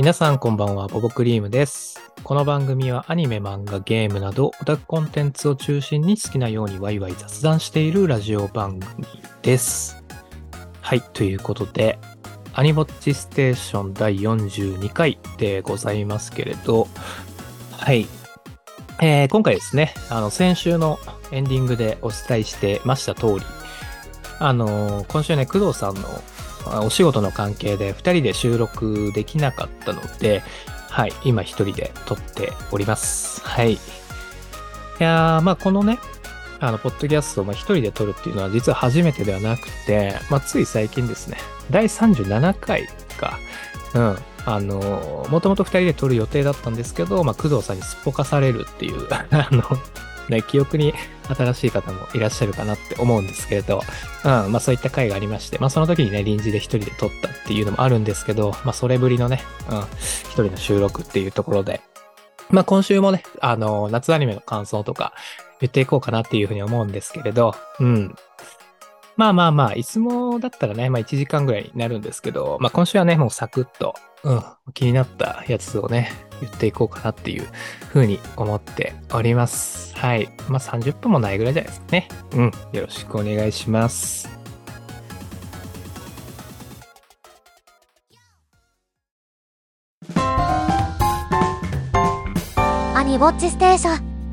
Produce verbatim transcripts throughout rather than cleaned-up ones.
皆さんこんばんは、ボボクリームです。この番組はアニメ、漫画、ゲームなどオタクコンテンツを中心に好きなようにワイワイ雑談しているラジオ番組です。はい、ということで、アニボッチステーションだいよんじゅうにかいでございますけれど、はい、えー、今回ですね、あの先週のエンディングでお伝えしてました通り、あのー今週ね、工藤さんのお仕事の関係でふたりで収録できなかったので、はい、今一人で撮っております。はい。いやー、まあこのね、あの、ポッドキャストをまあ一人で撮るっていうのは実は初めてではなくて、まあつい最近ですね、だいさんじゅうななかいか、うん、あの、もともとふたりで撮る予定だったんですけど、まあ工藤さんにすっぽかされるっていう、あの、ね、記憶に新しい方もいらっしゃるかなって思うんですけれど、うん、まあそういった回がありまして、まあその時にね、臨時で一人で撮ったっていうのもあるんですけど、まあそれぶりのね、うん、一人の収録っていうところで、まあ今週もね、あの、夏アニメの感想とか言っていこうかなっていうふうに思うんですけれど、うん。まあまあまあ、いつもだったらね、まあいちじかんぐらいになるんですけど、まあ今週はね、もうサクッと、うん、気になったやつをね、言っていこうかなっていうふうに思っております。はい。まあさんじゅっぷんもないぐらいじゃないですかね。うん。よろしくお願いします。 アニウォッチステーション。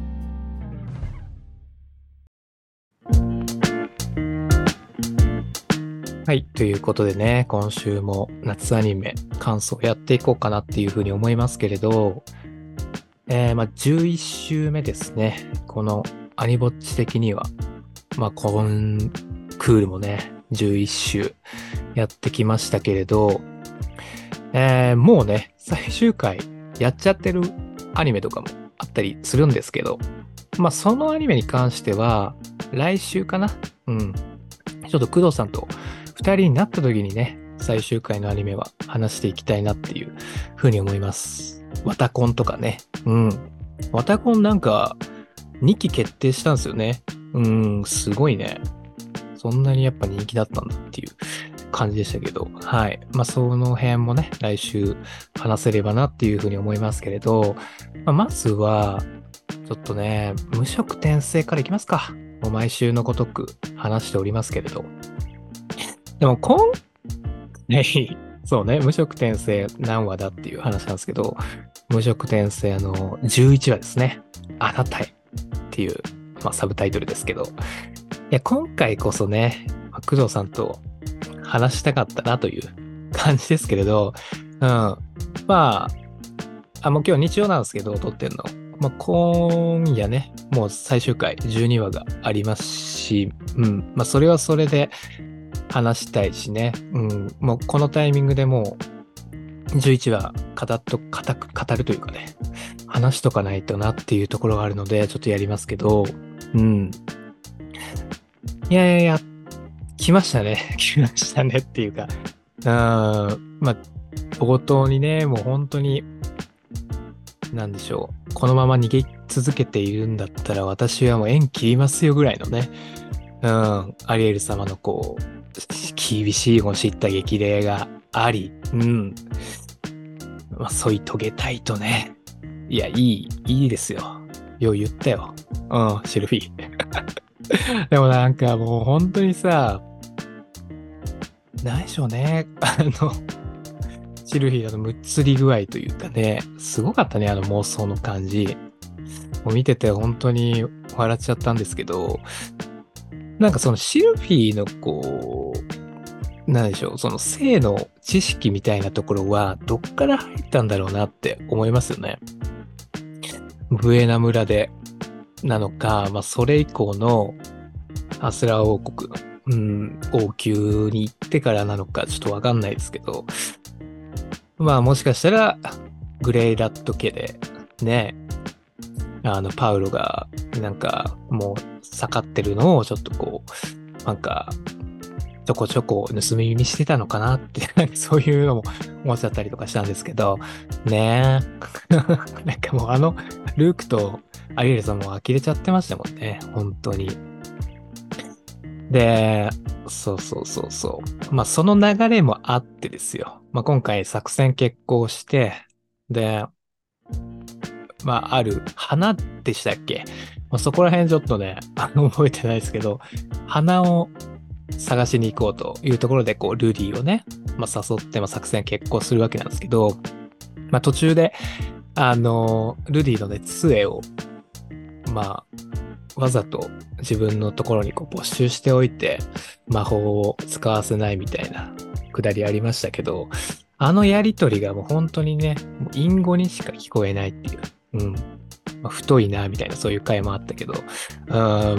はい。ということでね、今週も夏アニメ感想やっていこうかなっていうふうに思いますけれど、えー、まあじゅういっしゅうめですね。このアニボッチ的には、まあコンクールもね、じゅういっしゅうやってきましたけれど、えー、もうね、最終回やっちゃってるアニメとかもあったりするんですけど、まあそのアニメに関しては、来週かな。うん。ちょっと工藤さんとふたりになった時にね、最終回のアニメは話していきたいなっていうふうに思います。ワタコンとかね。うん。ワタコンなんかにき決定したんですよね。うん、すごいね。そんなにやっぱ人気だったんだっていう感じでしたけど、はい。まあその辺もね、来週話せればなっていうふうに思いますけれど、まあ、まずは、ちょっとね、無色転生からいきますか。もう毎週のごとく話しておりますけれど。でも今回、そうね、無色転生何話だっていう話なんですけど、無色転生のじゅういちわですね。あなたへっていう、まあ、サブタイトルですけど。いや、今回こそね、まあ工藤さんと話したかったなという感じですけれど、うん。まあ、あ、もう今日日曜なんですけど、撮ってんの。まあ、今夜ね、もう最終回じゅうにわがありますし、うん。まあ、それはそれで話したいしね。うん。もうこのタイミングでもうじゅういちわ語っと、固く語るというかね、話しとかないとなっていうところがあるので、ちょっとやりますけど、うん。いやいやいや、来ましたね。来ましたねっていうか、うん。まあ、冒頭にね、もう本当に、なんでしょう。このまま逃げ続けているんだったら私はもう縁切りますよぐらいのね。うん。アリエル様のこう、厳しいご知った激励があり、うん。まあ、添い遂げたいとね。いや、いい、いいですよ。よう言ったよ。うん、シルフィー。でもなんかもう本当にさ、何でしょうね。あの、シルフィーのむっつり具合というかね、すごかったね、あの妄想の感じ。もう見てて本当に笑っちゃったんですけど、なんかそのシルフィーのこう、なんでしょう、その性の知識みたいなところはどっから入ったんだろうなって思いますよね。ブエナ村でなのか、まあそれ以降のアスラー王国、うん、王宮に行ってからなのかちょっとわかんないですけど、まあもしかしたらグレイラット家でね、あのパウロがなんかもう盛ってるのをちょっとこうなんかちょこちょこ盗み見してたのかなってそういうのも思っちゃったりとかしたんですけどねえなんかもうあのルークとアリエルさんも呆れちゃってましたもんね、本当に。でそうそうそうそう。まあその流れもあってですよ。まあ今回作戦決行して、で、まあある花でしたっけ？まあ、そこら辺ちょっとね、あの覚えてないですけど、花を探しに行こうというところで、こう、ルディをね、まあ誘って、まあ作戦決行するわけなんですけど、まあ途中で、あの、ルディのね、杖を、まあ、わざと自分のところにこう没収しておいて、魔法を使わせないみたいなくだりありましたけど、あのやりとりがもう本当にね、もう隠語にしか聞こえないっていう。うん。まあ、太いな、みたいなそういう回もあったけど、うん、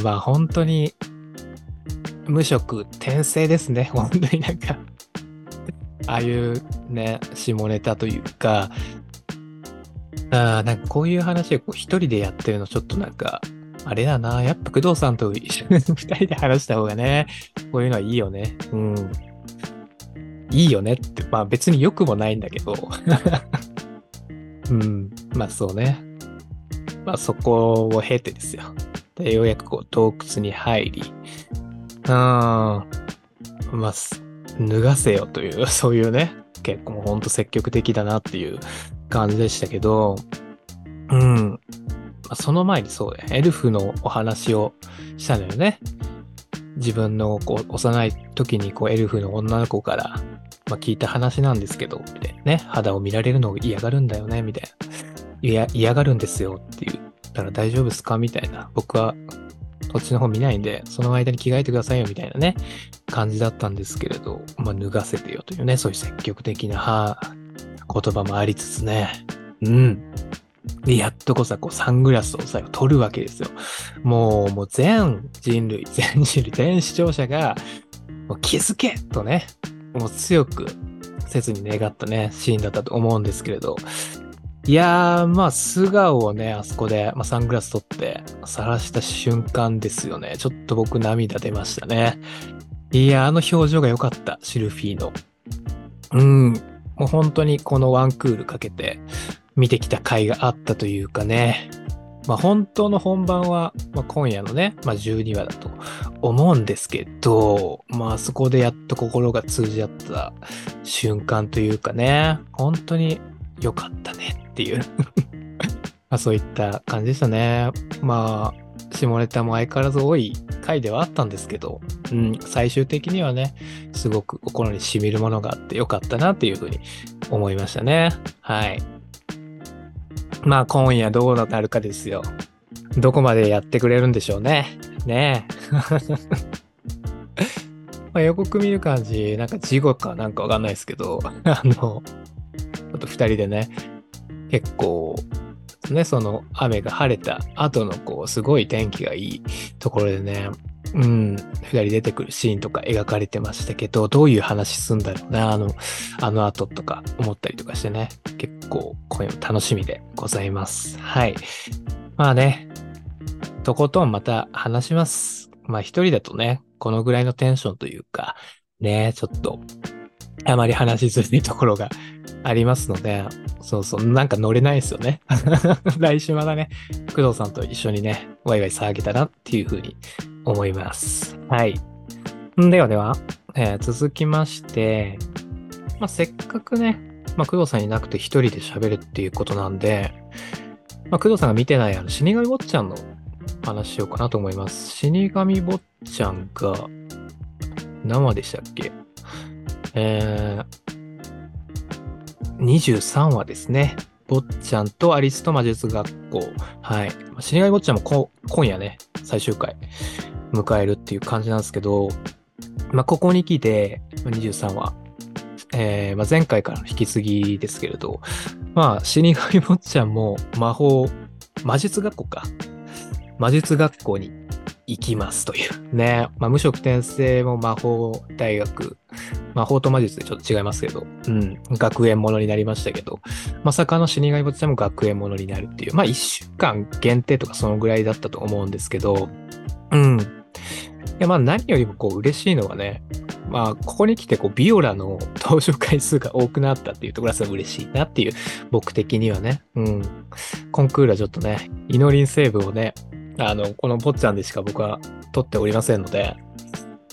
まあ本当に無色転生ですね。本当になんかああいうね、下ネタというか、あーなんかこういう話をこう一人でやってるのちょっとなんか、あれだな。やっぱ工藤さんと一緒に二人で話した方がね、こういうのはいいよね。うん。いいよねって、まあ別に良くもないんだけど。うん。まあそうね。まあそこを経てですよ。で、ようやくこう洞窟に入り、うーん。まあ、す脱がせよという、そういうね、結構もうほんと積極的だなっていう感じでしたけど、うん。まあその前にそうね、エルフのお話をしたのよね。自分のこう幼い時にこうエルフの女の子から、まあ、聞いた話なんですけど、みたいなね、肌を見られるのを嫌がるんだよね、みたいな。いや、嫌がるんですよっていう。だから大丈夫ですかみたいな。僕はこっちの方見ないんで、その間に着替えてくださいよ、みたいなね、感じだったんですけれど、まあ、脱がせてよというね、そういう積極的なは言葉もありつつね。うん。で、やっとこさ、こう、サングラスを最後取るわけですよ。もう、もう全人類、全人類、全視聴者が、もう気づけとね、もう強く切に願ったね、シーンだったと思うんですけれど、いやー、まあ、素顔をね、あそこで、まあ、サングラス取って、晒した瞬間ですよね。ちょっと僕涙出ましたね。いやー、あの表情が良かった、シルフィーの。うん、もう本当にこのワンクールかけて見てきた甲斐があったというかね。まあ、本当の本番は、まあ、今夜のね、まあ、じゅうにわだと思うんですけど、まあ、そこでやっと心が通じ合った瞬間というかね、本当に良かったねっていうまあ、そういった感じでしたね。まあ、下ネタも相変わらず多い回ではあったんですけど、うん、最終的にはね、すごく心に染みるものがあって良かったなっていうふうに思いましたね。はい。まあ今夜どうなるかですよ。どこまでやってくれるんでしょうね。ねえ。まあ、予告見る感じ、なんか事後かなんかわかんないですけど、あの、ちょっと二人でね、結構、ね、その雨が晴れた後のこう、すごい天気がいいところでね、うん、二人出てくるシーンとか描かれてましたけど、どういう話すんだろうな、あの、あの後とか思ったりとかしてね、結構今夜も楽しみでございます。はい。まあね、とことんまた話します。まあ一人だとね、このぐらいのテンションというか、ね、ちょっと、あまり話しづらいところがありますので、そうそう、なんか乗れないですよね。来週またね、工藤さんと一緒にね、ワイワイ騒げたらっていうふうに思います。はい。んではでは、えー続きまして、まあ、せっかくね、まあ、工藤さんいなくて一人で喋るっていうことなんで、まあ、工藤さんが見てないあの死神坊ちゃんの話しようかなと思います。死神坊ちゃんが何話でしたっけ？えー、にじゅうさんわですね。坊ちゃんとアリスと魔術学校。はい。死神坊ちゃんもこ今夜ね、最終回迎えるっていう感じなんですけど、まあ、ここに来て、にじゅうさんわ、えーまあ、前回からの引き継ぎですけれど、まあ、死神坊ちゃんも魔法、魔術学校か。魔術学校に行きますというね。まあ、無職転生も魔法大学、魔法と魔術でちょっと違いますけど、うん、学園ものになりましたけど、まさかの死神坊ちゃんも学園ものになるっていう、まあ、いっしゅうかん限定とかそのぐらいだったと思うんですけど、うん。いや、まあ、何よりもこう、嬉しいのはね、まあ、ここに来てこう、ビオラの登場回数が多くなったっていうところはすごい嬉しいなっていう、僕的にはね、うん。コンクールはちょっとね、イノリンセーブをね、あの、この坊ちゃんでしか僕は取っておりませんので、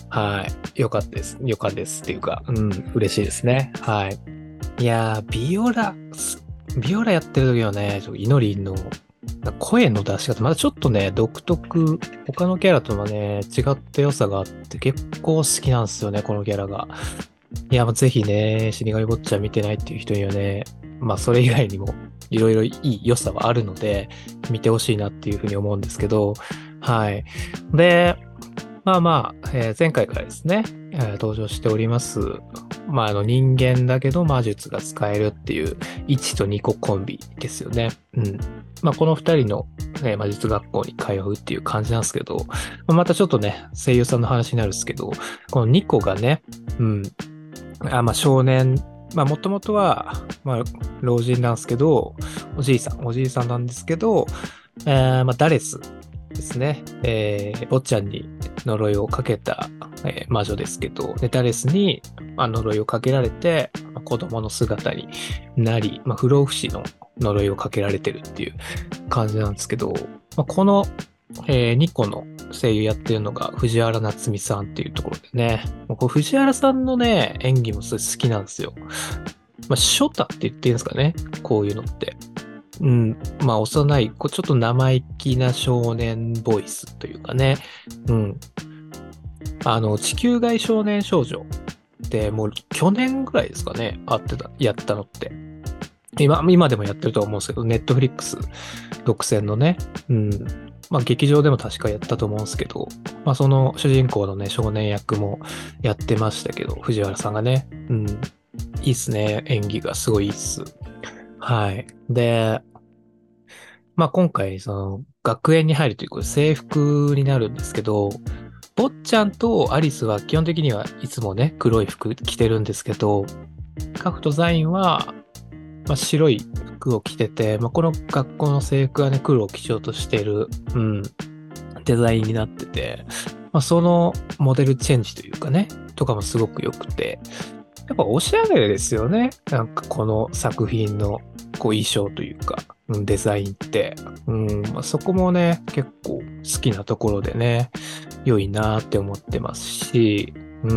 はい。よかったです。よかったですっていうか、うん、嬉しいですね。はい。いやー、ビオラ、すビオラやってる時はね、ちょっとイノリンの声の出し方、まだちょっとね、独特、他のキャラとはね、違った良さがあって結構好きなんですよね、このキャラが。いや、まあぜひね、死神坊ちゃん見てないっていう人にはね、まあそれ以外にもいろいろいい良さはあるので、見てほしいなっていうふうに思うんですけど、はい。で、まあまあ、えー前回からですね、えー登場しております、まああの人間だけど魔術が使えるっていういちとにこコンビですよね。うん。まあこのふたりの、えー魔術学校に通うっていう感じなんですけど、まあまたちょっとね、声優さんの話になるんですけど、このにこがね、うん、あ、まあ少年、まあもともとは、まあ老人なんですけど、おじいさん、おじいさんなんですけど、えーまあダレスですね、えー、坊ちゃんに呪いをかけた、えー魔女ですけど、ネタレスに、まあ、呪いをかけられて、まあ子供の姿になり、まあ、不老不死の呪いをかけられてるっていう感じなんですけど、まあ、この、えー、にこの声優やってるのが藤原夏美さんっていうところでね、もうこう藤原さんのね、演技もすごい好きなんですよ。まあ、ショタって言っていいんですかね、こういうのって。うん、まあ幼い、こうちょっと生意気な少年ボイスというかね、うん。あの、地球外少年少女ってもう去年ぐらいですかね、あってた、やったのって。今、今でもやってると思うんですけど、ネットフリックス独占のね、うん。まあ劇場でも確かやったと思うんですけど、まあその主人公のね、少年役もやってましたけど、藤原さんがね、うん。いいっすね、演技がすごいいいっす。はい。で、まあ今回、その、学園に入るということで制服になるんですけど、坊ちゃんとアリスは基本的にはいつもね、黒い服着てるんですけど、カフとザインは、まあ、白い服を着てて、まあ、この学校の制服はね、黒を基調としてる、うん、デザインになってて、まあ、そのモデルチェンジというかね、とかもすごく良くて、やっぱおしゃれですよね。なんかこの作品のこう衣装というか、うんデザインって。うんまあ、そこもね、結構好きなところでね、良いなって思ってますし、うん。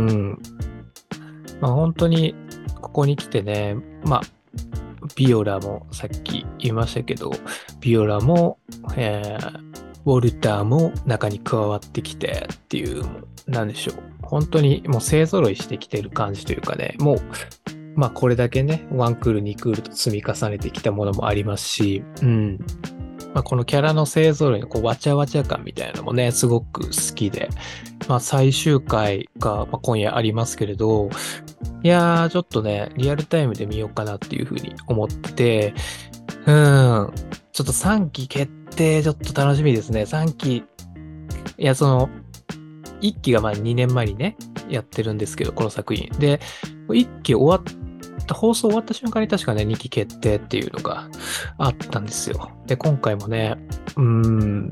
まあ本当にここに来てね、まあ、ビオラもさっき言いましたけど、ビオラも、えーウォルターも中に加わってきてっていう、もうなんでしょう。本当にもう勢揃いしてきてる感じというかね、もう、まあこれだけね、ワンクール、にクールと積み重ねてきたものもありますし、うん。まあこのキャラの勢揃いのこうわちゃわちゃ感みたいなのもね、すごく好きで、まあ最終回が、まあ、今夜ありますけれど、いやー、ちょっとね、リアルタイムで見ようかなっていうふうに思ってて、うん、ちょっとさんき決定、ちょっと楽しみですね。さんき、いや、その、いっきがまあにねんまえにね、やってるんですけど、この作品。で、いっき終わった、放送終わった瞬間に確かね、にき決定っていうのがあったんですよ。で、今回もね、うーん、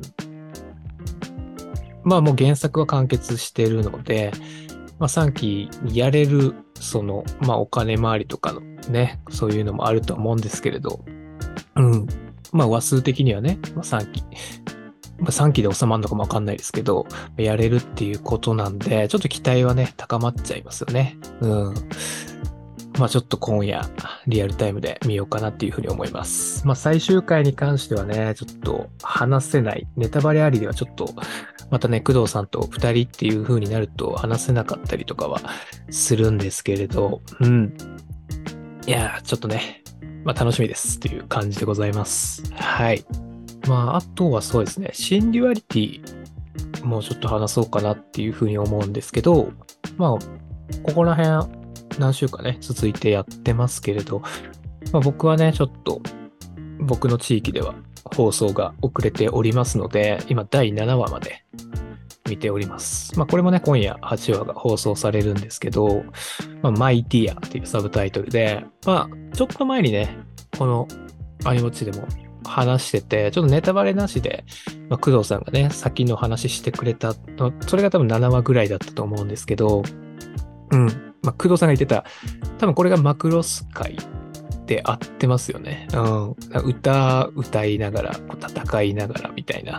まあもう原作は完結してるので、まあさんきやれる、その、まあお金回りとかのね、そういうのもあるとは思うんですけれど、うん。まあ話数的にはね、まあ、さんき、まあ、さんきで収まるのかもわかんないですけど、やれるっていうことなんで、ちょっと期待はね、高まっちゃいますよね。うん。まあちょっと今夜、リアルタイムで見ようかなっていうふうに思います。まあ最終回に関してはね、ちょっと話せない、ネタバレありではちょっと、またね、工藤さんとふたりっていう風になると話せなかったりとかはするんですけれど、うん。いやー、ちょっとね、まあ楽しみですっていう感じでございます。はい。まああとはそうですね、シンデュアリティもうちょっと話そうかなっていう風に思うんですけど、まあ、ここら辺何週かね、続いてやってますけれど、まあ僕はね、ちょっと僕の地域では放送が遅れておりますので、今だいななわまで見ております。まあこれもね、今夜はちわが放送されるんですけど、まあ、マイディアっていうサブタイトルで、まあちょっと前にね、このアニモッチでも話してて、ちょっとネタバレなしで、まあ、工藤さんがね、先の話してくれたの、それが多分ななわぐらいだったと思うんですけど、うん。まあ、工藤さんが言ってた、多分これがマクロス界で合ってますよね。うん。歌、歌いながら、こう戦いながらみたいな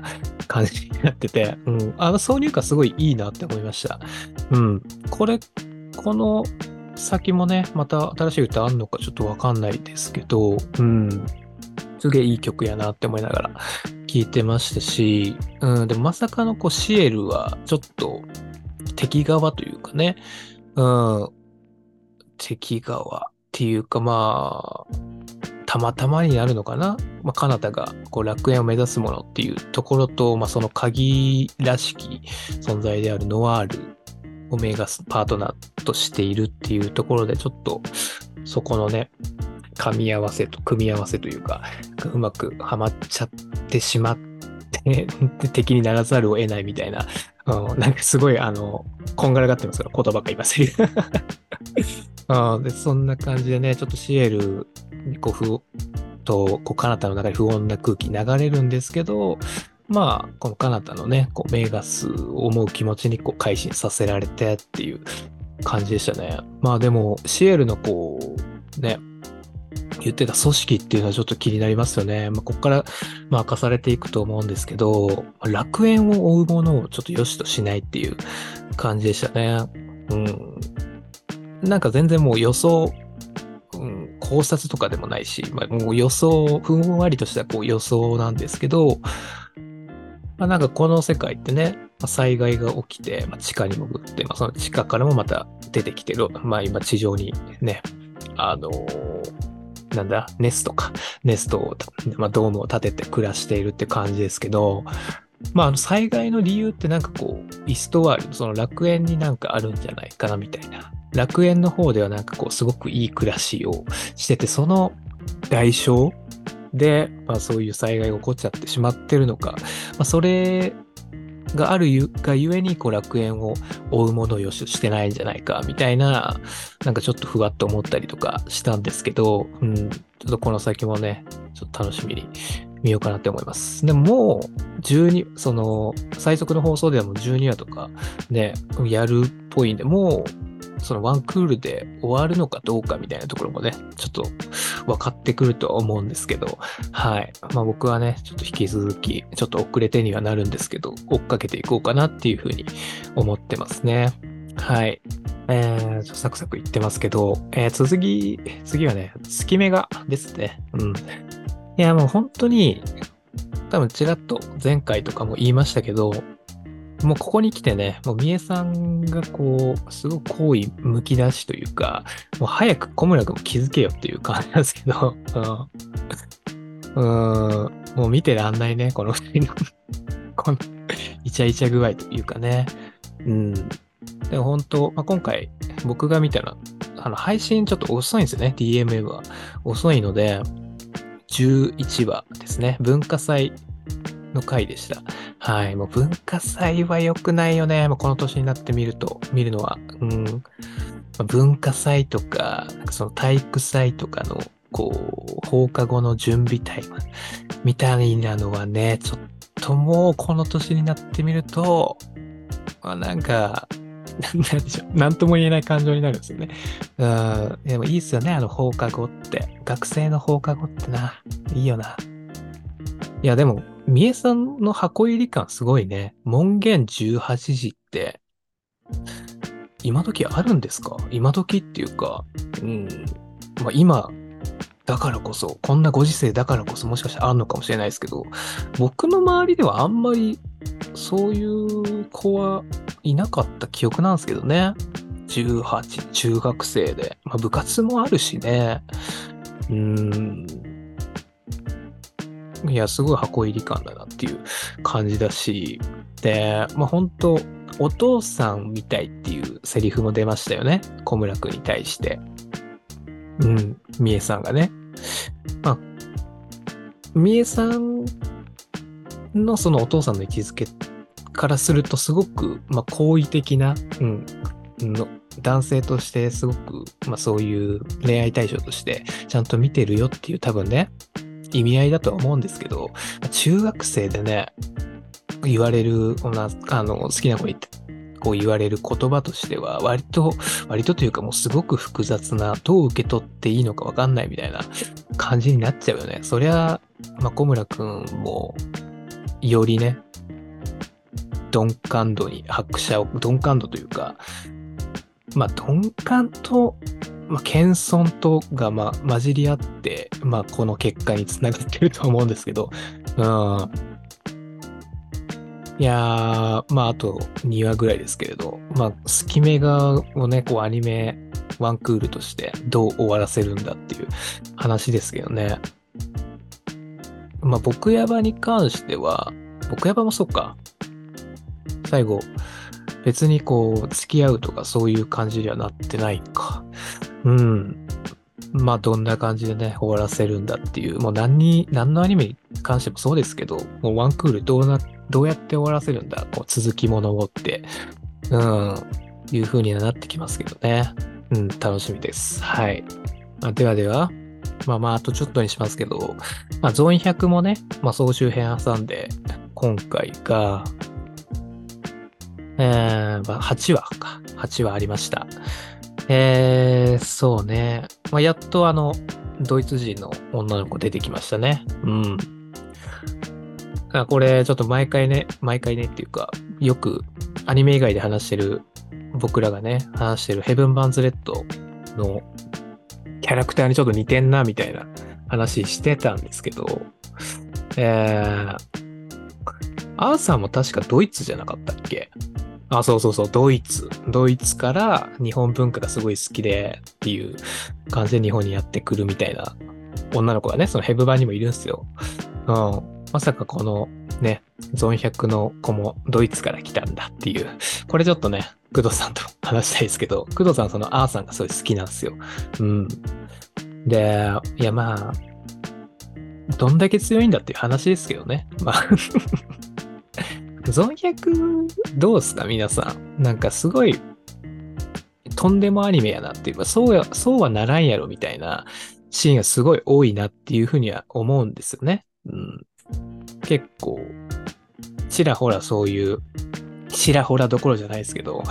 感じになってて、うん。あの挿入歌すごいいいなって思いました。うん。これ、この先もね、また新しい歌あんのかちょっとわかんないですけど、うん。すげえいい曲やなって思いながら聴いてましたし、うん。でもまさかのこうシエルはちょっと敵側というかね、うん。敵側っていうかまあ、たまたまになるのかな、まあ、カナダがこう楽園を目指すものっていうところと、まあ、その鍵らしき存在であるノワールをメガスパートナーとしているっていうところで、ちょっとそこのね、噛み合わせと組み合わせというか、うまくはまっちゃってしまって、で敵にならざるを得ないみたいな、うん、なんかすごいあの、こんがらがってますから、言葉が今せり。あで、そんな感じでね、ちょっとシエルにこうふと、こう、彼方の中に不穏な空気流れるんですけど、まあ、この彼方のね、こう、メガスを思う気持ちにこう、改心させられてっていう感じでしたね。まあでも、シエルのこう、ね、言ってた組織っていうのはちょっと気になりますよね。まあ、ここから、まあ、明かされていくと思うんですけど、楽園を追うものをちょっと良しとしないっていう感じでしたね。うん。なんか全然もう予想、うん、考察とかでもないし、まあ、もう予想、ふんわりとしたこう予想なんですけど、まあ、なんかこの世界ってね、まあ、災害が起きて、まあ、地下に潜って、まあ、その地下からもまた出てきてる、まあ今地上にね、あのーなんだ、ネストか、ネストを、まあ、ドームを建てて暮らしているって感じですけど、まあ、あの災害の理由ってなんかこう、イストワール、その楽園になんかあるんじゃないかなみたいな。楽園の方ではなんかこう、すごくいい暮らしをしてて、その代償で、まあそういう災害が起こっちゃってしまってるのか、まあそれがあるゆがゆえにこう楽園を追うものをよししてないんじゃないかみたいな、なんかちょっとふわっと思ったりとかしたんですけど、うん、ちょっとこの先もね、ちょっと楽しみに見ようかなって思います。でももうじゅうに、その最速の放送ではもうじゅうにわとかね、やるっぽいんで、もうそのワンクールで終わるのかどうかみたいなところもね、ちょっと分かってくるとは思うんですけど、はい。まあ僕はね、ちょっと引き続き、ちょっと遅れてにはなるんですけど、追っかけていこうかなっていうふうに思ってますね。はい。えー、ちょサクサク言ってますけど、えー、続き、次はね、月目がですね。うん。いや、もう本当に、多分ちらっと前回とかも言いましたけど、もうここに来てね、もう三重さんがこう、すごく好意むき出しというか、もう早く小村君も気づけよっていう感じなんですけど、うん、うーん、もう見てらんないね、この二人のこのイチャイチャ具合というかね。うん。でも本当、まあ、今回僕が見たら、あの配信ちょっと遅いんですよね、ディーエムエム は。遅いので、じゅういちわですね。文化祭の回でした。はい。もう文化祭は良くないよね。もうこの年になってみると、見るのは。うん。まあ文化祭とか、なんかその体育祭とかの、こう、放課後の準備タイムみたいなのはね、ちょっともうこの年になってみると、まあ、なんか、なんでしょう。なんとも言えない感情になるんですよね。うん。でもいいっすよね。あの放課後って。学生の放課後ってな。いいよな。いや、でも、三重さんの箱入り感すごいね。門限じゅうはちじって、今時あるんですか？今時っていうか、うん。まあ今、だからこそ、こんなご時世だからこそもしかしたらあるのかもしれないですけど、僕の周りではあんまりそういう子はいなかった記憶なんですけどね。じゅうはち、中学生で。まあ部活もあるしね。うーん。いや、すごい箱入り感だなっていう感じだし、で、まあ本当お父さんみたいっていうセリフも出ましたよね。小村くんに対して。うん、三重さんがね。まあ、三重さんのそのお父さんの位置づけからするとすごく、まあ、好意的な、うん、の男性としてすごく、まあ、そういう恋愛対象としてちゃんと見てるよっていう多分ね、意味合いだとは思うんですけど、中学生でね、言われる、あの、好きな子にこう言われる言葉としては、割と、割とというかもうすごく複雑な、どう受け取っていいのかわかんないみたいな感じになっちゃうよね。そりゃ、まあ、小村くんも、よりね、 鈍感度に拍車を、鈍感度というか、まあ鈍感と、まあ、謙遜とがまあ混じり合って、まあこの結果につながってると思うんですけど、うん。いやー、まああとにわぐらいですけれど、まあスキメガをね、こうアニメワンクールとしてどう終わらせるんだっていう話ですけどね。まあ僕ヤバに関しては、僕ヤバもそうか。最後、別にこう付き合うとかそういう感じにはなってないか。うん。まあどんな感じでね、終わらせるんだっていう、もう何に、何のアニメに関してもそうですけど、もうワンクールどうな、どうやって終わらせるんだ、こう続きものをって、うん、いう風にはなってきますけどね。うん、楽しみです。はい。まあ、ではでは、まあまああとちょっとにしますけど、まあゾーンひゃくもね、まあ総集編挟んで、今回が、えー、まあはちわか。はちわありました。えー、そうね。まあ、やっとあの、ドイツ人の女の子出てきましたね。うん。あ、これ、ちょっと毎回ね、毎回ねっていうか、よくアニメ以外で話してる、僕らがね、話してるヘブン・バンズ・レッドのキャラクターにちょっと似てんな、みたいな話してたんですけど、えー、アーサーも確かドイツじゃなかったっけ？あ、そうそうそう、ドイツ。ドイツから日本文化がすごい好きでっていう感じで日本にやってくるみたいな女の子がね、そのヘブ版にもいるんですよ。うん。まさかこのね、ゾンひゃくの子もドイツから来たんだっていう。これちょっとね、工藤さんと話したいですけど、工藤さんそのアーさんがすごい好きなんですよ。うん。で、いやまあ、どんだけ強いんだっていう話ですけどね。まあゾンひゃくどうすか皆さん。なんかすごいとんでもアニメやなっていうか、そうや、そうはならんやろみたいなシーンがすごい多いなっていうふうには思うんですよね。うん、結構、ちらほらそういう、ちらほらどころじゃないですけど、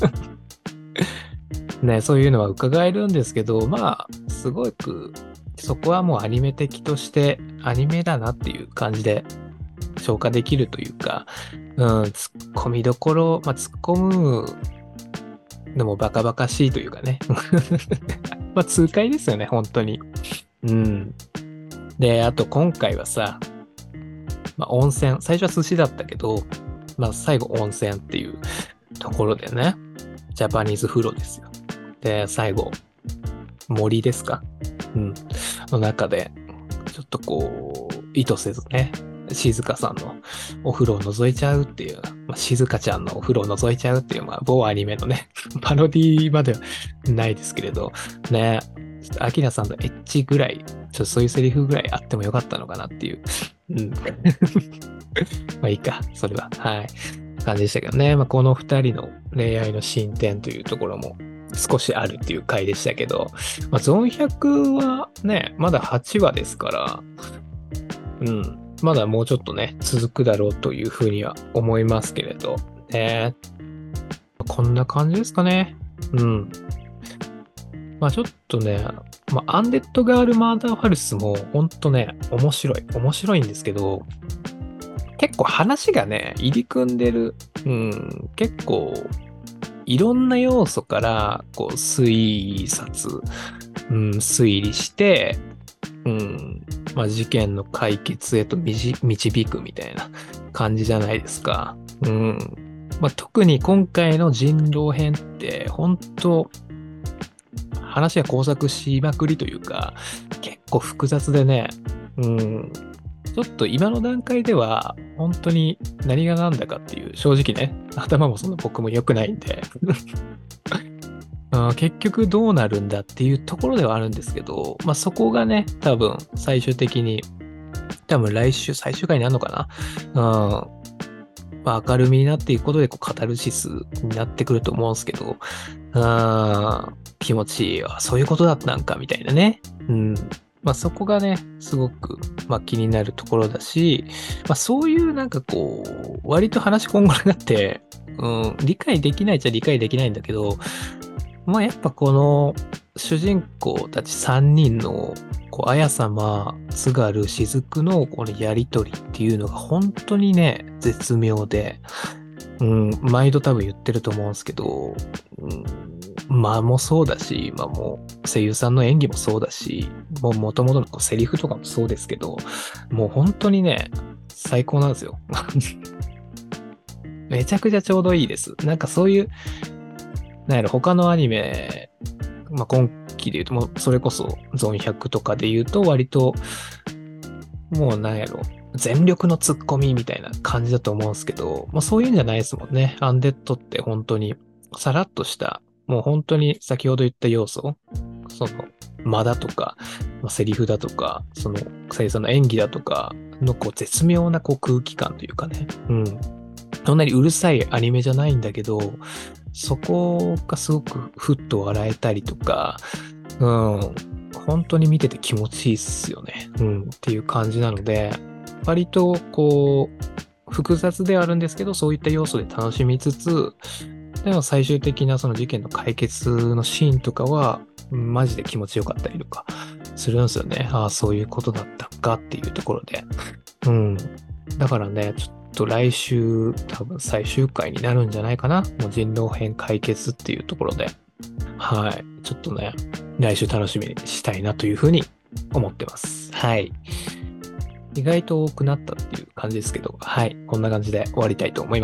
ね、そういうのは伺えるんですけど、まあ、すごく、そこはもうアニメ的としてアニメだなっていう感じで消化できるというか、うん、突っ込みどころ、まあ、突っ込むのもバカバカしいというかね。まあ、痛快ですよね、本当に。うん。で、あと今回はさ、まあ、温泉、最初は寿司だったけど、まあ、最後温泉っていうところでね、ジャパニーズ風呂ですよ。で、最後、森ですか？うん。の中で、ちょっとこう、意図せずね、静香さんのお風呂を覗いちゃうっていう、まあ、静香ちゃんのお風呂を覗いちゃうっていう、まあ、某アニメのね、パロディまではないですけれど、ね、ちょっとアキナさんのエッチぐらい、ちょっとそういうセリフぐらいあってもよかったのかなっていう。うん。まあいいか、それは。はい。感じでしたけどね。まあこの二人の恋愛の進展というところも少しあるっていう回でしたけど、まあゾーンひゃくはね、まだはちわですから、うん。まだもうちょっとね、続くだろうというふうには思いますけれど、ね。こんな感じですかね。うん。まあちょっとね、まあアンデッドガールマーダーファルスもほんとね、面白い。面白いんですけど、結構話がね、入り組んでる。うん、結構、いろんな要素から、こう、推察、うん、推理して、うん、まあ事件の解決へと導くみたいな感じじゃないですか。うん。まあ特に今回の人狼編って、本当話が交錯しまくりというか、結構複雑でね、うん、ちょっと今の段階では、本当に何が何だかっていう、正直ね、頭もそんな僕も良くないんであ、結局どうなるんだっていうところではあるんですけど、まあそこがね、多分最終的に、多分来週最終回になるのかな、うんまあ、明るみになっていくことでこうカタルシスになってくると思うんですけど、あ気持ちいいわ。そういうことだったんか、みたいなね。うん。まあそこがね、すごく、まあ、気になるところだし、まあそういうなんかこう、割と話今後になって、うん、理解できないっちゃ理解できないんだけど、まあやっぱこの主人公たちさんにんの、こう、綾様、津軽、雫のこのやりとりっていうのが本当にね、絶妙で、 うん、毎度多分言ってると思うんですけど、うん、間もそうだし、まあもう声優さんの演技もそうだし、もう元々のこうセリフとかもそうですけど、もう本当にね、最高なんですよ。めちゃくちゃちょうどいいです。なんかそういう、なんやろ、他のアニメ、まあ今期で言うと、もうそれこそゾンひゃくとかで言うと割と、もうなんやろ、全力のツッコミみたいな感じだと思うんですけど、まあそういうんじゃないですもんね。アンデッドって本当にさらっとした、もう本当に先ほど言った要素、その間だとか、まあ、セリフだとか、その声優さんの演技だとかのこう絶妙なこう空気感というかね。うん。そんなにうるさいアニメじゃないんだけど、そこがすごくふっと笑えたりとか、うん、本当に見てて気持ちいいっすよね。うん、っていう感じなので、割とこう、複雑ではあるんですけど、そういった要素で楽しみつつ、でも最終的なその事件の解決のシーンとかは、マジで気持ちよかったりとかするんですよね。ああ、そういうことだったかっていうところで。うん。だからね、ちょっと来週多分最終回になるんじゃないかな。もう人狼編解決っていうところで。はい。ちょっとね、来週楽しみにしたいなというふうに思ってます。はい。意外と多くなったっていう感じですけど、はい。こんな感じで終わりたいと思います。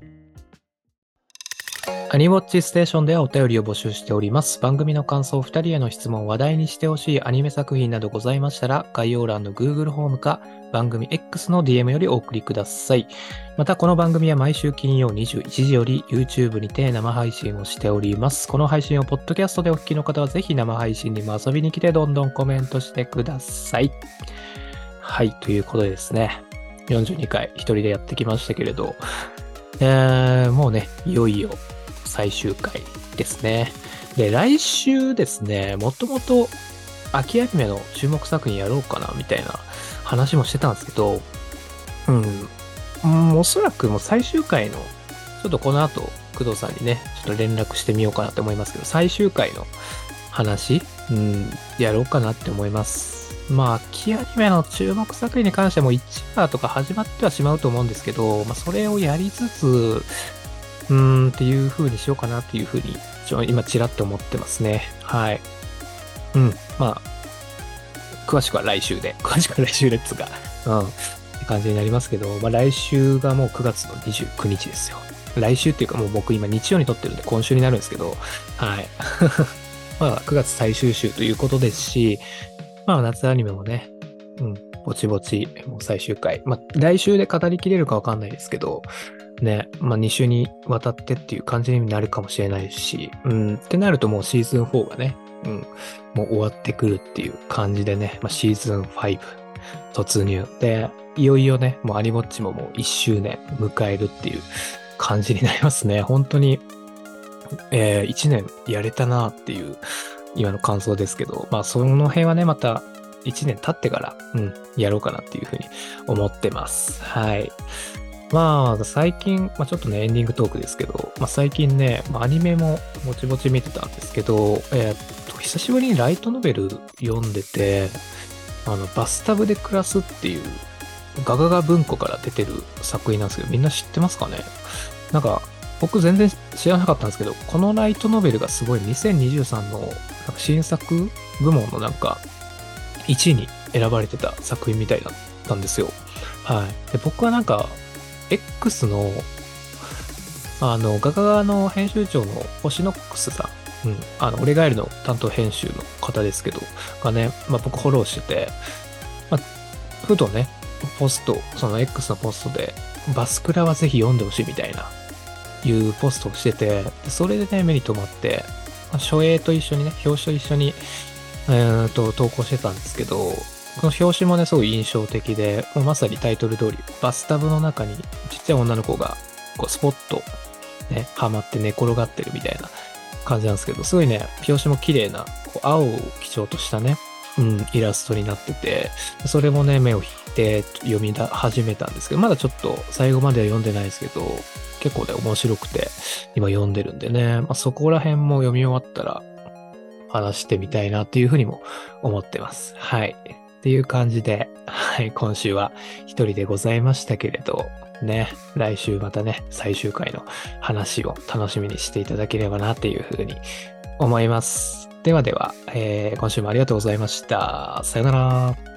アニウォッチステーションではお便りを募集しております。番組の感想、ふたりへの質問、話題にしてほしいアニメ作品などございましたら、概要欄の Google フォームか番組 X の ディーエム よりお送りください。また、この番組は毎週金曜にじゅういちじより YouTube にて生配信をしております。この配信をポッドキャストでお聞きの方はぜひ生配信にも遊びに来てどんどんコメントしてください。はい、ということでですね、よんじゅうにかい一人でやってきましたけれど、えー、もうね、いよいよ最終回ですね。で、来週ですね、もともと秋アニメの注目作品やろうかな、みたいな話もしてたんですけど、うん、うん、おそらくもう最終回の、ちょっとこの後、工藤さんにね、ちょっと連絡してみようかなと思いますけど、最終回の話、うん、やろうかなって思います。まあ、秋アニメの注目作品に関してもいちわとか始まってはしまうと思うんですけど、まあ、それをやりつつ、うーんっていう風にしようかなっていう風に、ちょ今ちらっと思ってますね。はい。うん。まあ、詳しくは来週で、詳しくは来週でっつうか、うん。って感じになりますけど、まあ来週がもうくがつのにじゅうくにちですよ。来週っていうかもう僕今日曜に撮ってるんで今週になるんですけど、はい。まあくがつ最終週ということですし、まあ夏アニメもね、うん、ぼちぼち、もう最終回。まあ来週で語りきれるかわかんないですけど、ね、まあに週にわたってっていう感じになるかもしれないし、うん、ってなるともうシーズンフォーがね、うん、もう終わってくるっていう感じでね、まあ、シーズンファイブ突入で、いよいよね、もうアニモッチももういっしゅうねん迎えるっていう感じになりますね。本当に、えー、いちねんやれたなっていう今の感想ですけど、まあその辺はね、またいちねん経ってから、うん、やろうかなっていうふうに思ってます。はい。まあ、最近、まあ、ちょっとね、エンディングトークですけど、まあ、最近ね、まあ、アニメもぼちぼち見てたんですけど、えーっと、久しぶりにライトノベル読んでて、あの、バスタブで暮らすっていう、ガガガ文庫から出てる作品なんですけど、みんな知ってますかね？なんか、僕全然知らなかったんですけど、このライトノベルがすごいにせんにじゅうさんのなんか新作部門のなんかいちいに選ばれてた作品みたいだったんですよ。はい。で、僕はなんか、X の、あの、ガガガの編集長の星ノックスさん、うん、あの、俺ガエルの担当編集の方ですけど、がね、まあ、僕フォローしてて、まあ、ふとね、ポスト、その X のポストで、バスクラはぜひ読んでほしいみたいな、いうポストをしてて、でそれでね、目に留まって、まあ、書影と一緒にね、表紙と一緒に、えーと、投稿してたんですけど、この表紙もね、すごい印象的で、もうまさにタイトル通り、バスタブの中にちっちゃい女の子が、こう、スポッと、ね、はまって寝転がってるみたいな感じなんですけど、すごいね、表紙も綺麗な、こう青を基調としたね、うん、イラストになってて、それもね、目を引いて読みだ始めたんですけど、まだちょっと最後までは読んでないですけど、結構ね、面白くて、今読んでるんでね、まあ、そこら辺も読み終わったら、話してみたいなっていうふうにも思ってます。はい。っていう感じで、はい、今週は一人でございましたけれど、 ね、来週またね、最終回の話を楽しみにしていただければなっていうふうに思います。ではでは、えー今週もありがとうございました。さよなら。